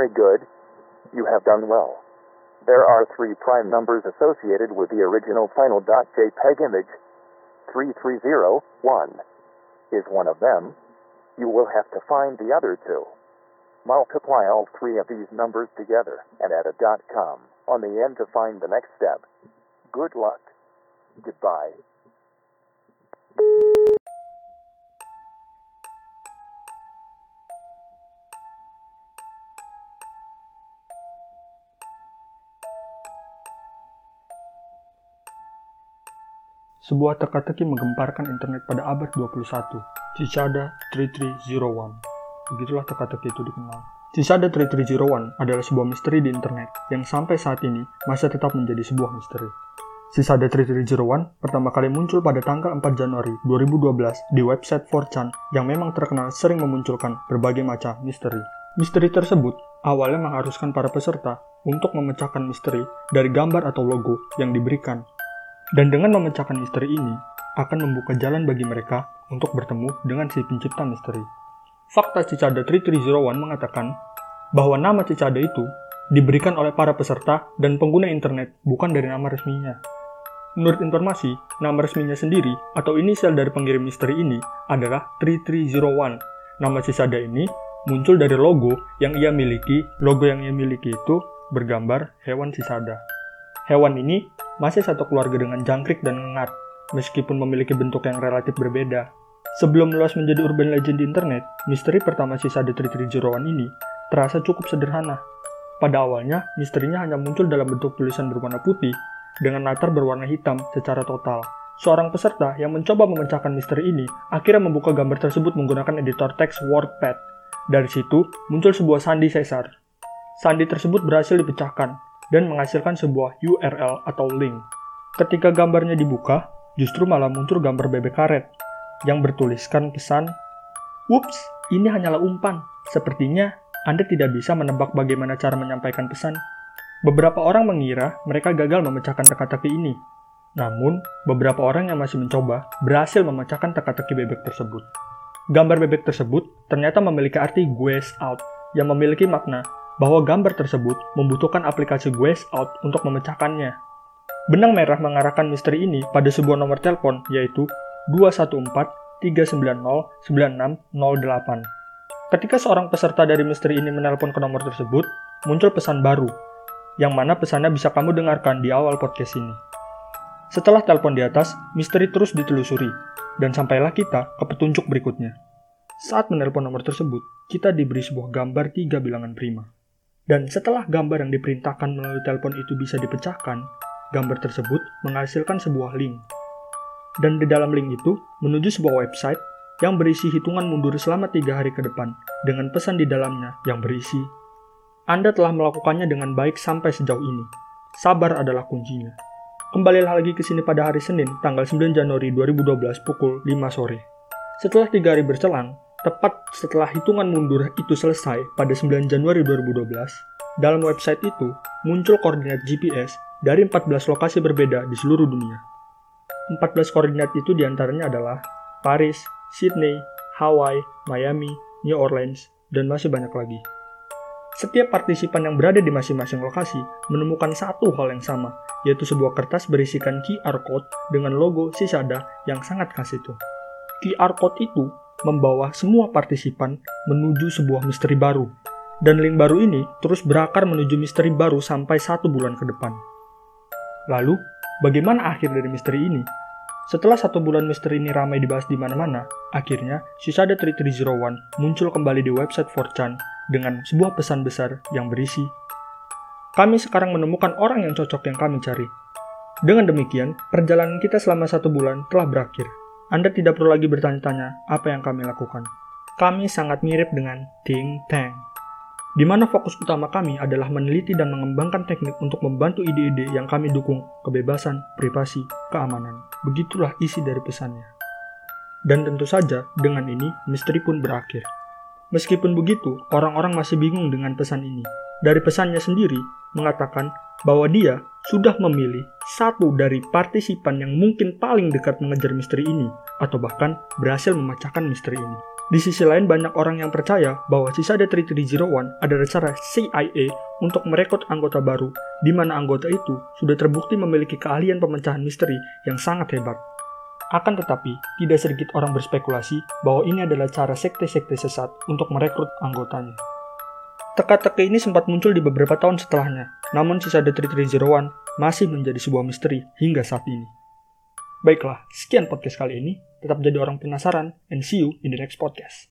Very good. You have done well. There are 3 prime numbers associated with the original final .jpeg image. 3301 is one of them. You will have to find the other 2. Multiply all 3 of these numbers together and add a .com on the end to find the next step. Good luck. Goodbye. Sebuah teka-teki menggemparkan internet pada abad 21, Cicada 3301. Begitulah teka-teki itu dikenal. Cicada 3301 adalah sebuah misteri di internet yang sampai saat ini masih tetap menjadi sebuah misteri. Cicada 3301 pertama kali muncul pada tanggal 4 Januari 2012 di website 4chan yang memang terkenal sering memunculkan berbagai macam misteri. Misteri tersebut awalnya mengharuskan para peserta untuk memecahkan misteri dari gambar atau logo yang diberikan. Dan dengan memecahkan misteri ini, akan membuka jalan bagi mereka untuk bertemu dengan si pencipta misteri. Fakta Cicada 3301 mengatakan bahwa nama Cicada itu diberikan oleh para peserta dan pengguna internet, bukan dari nama resminya. Menurut informasi, nama resminya sendiri atau inisial dari pengirim misteri ini adalah 3301. Nama Cicada ini muncul dari logo yang ia miliki. Logo yang ia miliki itu bergambar hewan Cicada. Hewan ini masih satu keluarga dengan jangkrik dan ngengat, meskipun memiliki bentuk yang relatif berbeda. Sebelum meluas menjadi urban legend di internet, misteri pertama Cicada 3301 ini terasa cukup sederhana. Pada awalnya, misterinya hanya muncul dalam bentuk tulisan berwarna putih dengan latar berwarna hitam secara total. Seorang peserta yang mencoba memecahkan misteri ini akhirnya membuka gambar tersebut menggunakan editor teks WordPad. Dari situ, muncul sebuah sandi sesar. Sandi tersebut berhasil dipecahkan dan menghasilkan sebuah URL atau link. Ketika gambarnya dibuka, justru malah muncul gambar bebek karet yang bertuliskan pesan, "Ups, ini hanyalah umpan. Sepertinya Anda tidak bisa menebak bagaimana cara menyampaikan pesan." Beberapa orang mengira mereka gagal memecahkan teka-teki ini. Namun, beberapa orang yang masih mencoba berhasil memecahkan teka-teki bebek tersebut. Gambar bebek tersebut ternyata memiliki arti "guess out" yang memiliki makna bahwa gambar tersebut membutuhkan aplikasi Guess Out untuk memecahkannya. Benang merah mengarahkan misteri ini pada sebuah nomor telepon, yaitu 214-390-9608. Ketika seorang peserta dari misteri ini menelpon ke nomor tersebut, muncul pesan baru, yang mana pesannya bisa kamu dengarkan di awal podcast ini. Setelah telepon di atas, misteri terus ditelusuri, dan sampailah kita ke petunjuk berikutnya. Saat menelpon nomor tersebut, kita diberi sebuah gambar 3 bilangan prima. Dan setelah gambar yang diperintahkan melalui telepon itu bisa dipecahkan, gambar tersebut menghasilkan sebuah link. Dan di dalam link itu menuju sebuah website yang berisi hitungan mundur selama 3 hari ke depan dengan pesan di dalamnya yang berisi, "Anda telah melakukannya dengan baik sampai sejauh ini. Sabar adalah kuncinya. Kembalilah lagi ke sini pada hari Senin, tanggal 9 Januari 2012 pukul 5 sore. Setelah 3 hari berselang, tepat setelah hitungan mundur itu selesai pada 9 Januari 2012, dalam website itu muncul koordinat GPS dari 14 lokasi berbeda di seluruh dunia. 14 koordinat itu diantaranya adalah Paris, Sydney, Hawaii, Miami, New Orleans, dan masih banyak lagi. Setiap partisipan yang berada di masing-masing lokasi menemukan satu hal yang sama, yaitu sebuah kertas berisikan QR code dengan logo Cicada yang sangat khas itu. QR code itu membawa semua partisipan menuju sebuah misteri baru. Dan link baru ini terus berakar menuju misteri baru sampai 1 bulan ke depan. Lalu, bagaimana akhir dari misteri ini? Setelah 1 bulan misteri ini ramai dibahas di mana-mana, akhirnya Cicada 3301 muncul kembali di website 4chan dengan sebuah pesan besar yang berisi, "Kami sekarang menemukan orang yang cocok yang kami cari. Dengan demikian, perjalanan kita selama 1 bulan telah berakhir. Anda tidak perlu lagi bertanya-tanya apa yang kami lakukan. Kami sangat mirip dengan Think Tank, di mana fokus utama kami adalah meneliti dan mengembangkan teknik untuk membantu ide-ide yang kami dukung, kebebasan, privasi, keamanan." Begitulah isi dari pesannya. Dan tentu saja, dengan ini, misteri pun berakhir. Meskipun begitu, orang-orang masih bingung dengan pesan ini. Dari pesannya sendiri, mengatakan bahwa dia sudah memilih satu dari partisipan yang mungkin paling dekat mengejar misteri ini, atau bahkan berhasil memecahkan misteri ini. Di sisi lain, banyak orang yang percaya bahwa Sisada 3301 adalah cara CIA untuk merekrut anggota baru, di mana anggota itu sudah terbukti memiliki keahlian pemecahan misteri yang sangat hebat. Akan tetapi, tidak sedikit orang berspekulasi bahwa ini adalah cara sekte-sekte sesat untuk merekrut anggotanya. Teka-teki ini sempat muncul di beberapa tahun setelahnya, namun Sisada 3301 masih menjadi sebuah misteri hingga saat ini. Baiklah, sekian podcast kali ini. Tetap jadi orang penasaran, and see you in the next podcast.